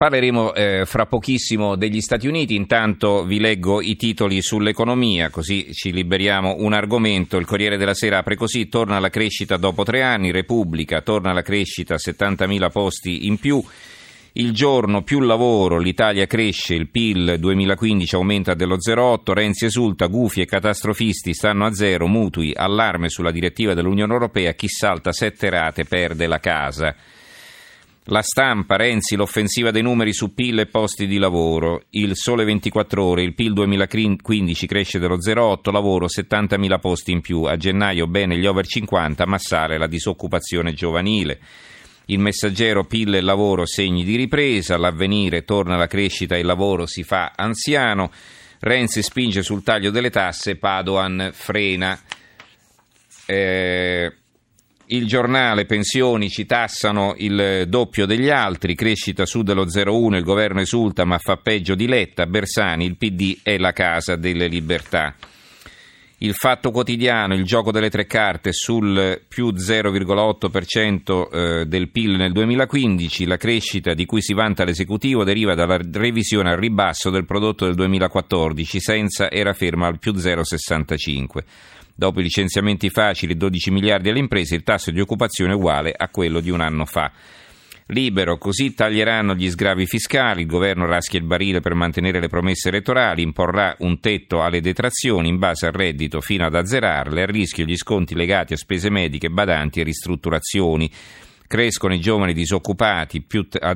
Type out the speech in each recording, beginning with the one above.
Parleremo fra pochissimo degli Stati Uniti, intanto vi leggo i titoli sull'economia, così ci liberiamo un argomento. Il Corriere della Sera apre così: torna la crescita dopo 3 anni, Repubblica, torna la crescita, 70.000 posti in più. Il Giorno, più lavoro, l'Italia cresce, il PIL 2015 aumenta dello 0,8, Renzi esulta, gufi e catastrofisti stanno a zero, mutui, allarme sulla direttiva dell'Unione Europea, chi salta 7 rate perde la casa. La Stampa, Renzi, l'offensiva dei numeri su PIL e posti di lavoro. Il Sole 24 Ore, il PIL 2015 cresce dello 0,8, lavoro 70.000 posti in più. A gennaio bene gli over 50, ma sale la disoccupazione giovanile. Il Messaggero, PIL e lavoro, segni di ripresa. L'Avvenire, torna la crescita e il lavoro si fa anziano. Renzi spinge sul taglio delle tasse, Padoan frena. Il Giornale, pensioni, ci tassano il doppio degli altri, crescita su dello 0,1, il governo esulta ma fa peggio di Letta, Bersani, il PD è la casa delle libertà. Il Fatto Quotidiano, il gioco delle 3 carte sul più 0,8% del PIL nel 2015, la crescita di cui si vanta l'esecutivo deriva dalla revisione al ribasso del prodotto del 2014, senza era ferma al più 0,65. Dopo i licenziamenti facili, 12 miliardi alle imprese, il tasso di occupazione è uguale a quello di un anno fa. Libero, così taglieranno gli sgravi fiscali, il governo raschia il barile per mantenere le promesse elettorali, imporrà un tetto alle detrazioni in base al reddito fino ad azzerarle, a rischio gli sconti legati a spese mediche, badanti e ristrutturazioni. Crescono i giovani disoccupati più a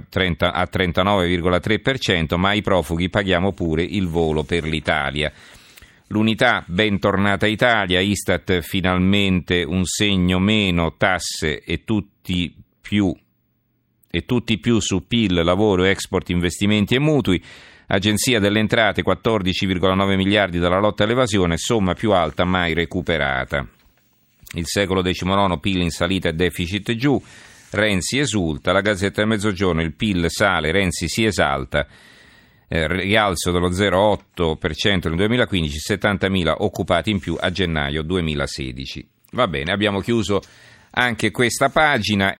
39,3%, ma ai profughi paghiamo pure il volo per l'Italia. L'Unità, bentornata Italia, Istat finalmente un segno meno, tasse e tutti più su PIL, lavoro, export, investimenti e mutui. Agenzia delle Entrate, 14,9 miliardi dalla lotta all'evasione, somma più alta mai recuperata. Il Secolo XIX, PIL in salita e deficit giù, Renzi esulta. La Gazzetta del Mezzogiorno, il PIL sale, Renzi si esalta. Rialzo dello 0,8% nel 2015, 70.000 occupati in più a gennaio 2016. Va bene, abbiamo chiuso anche questa pagina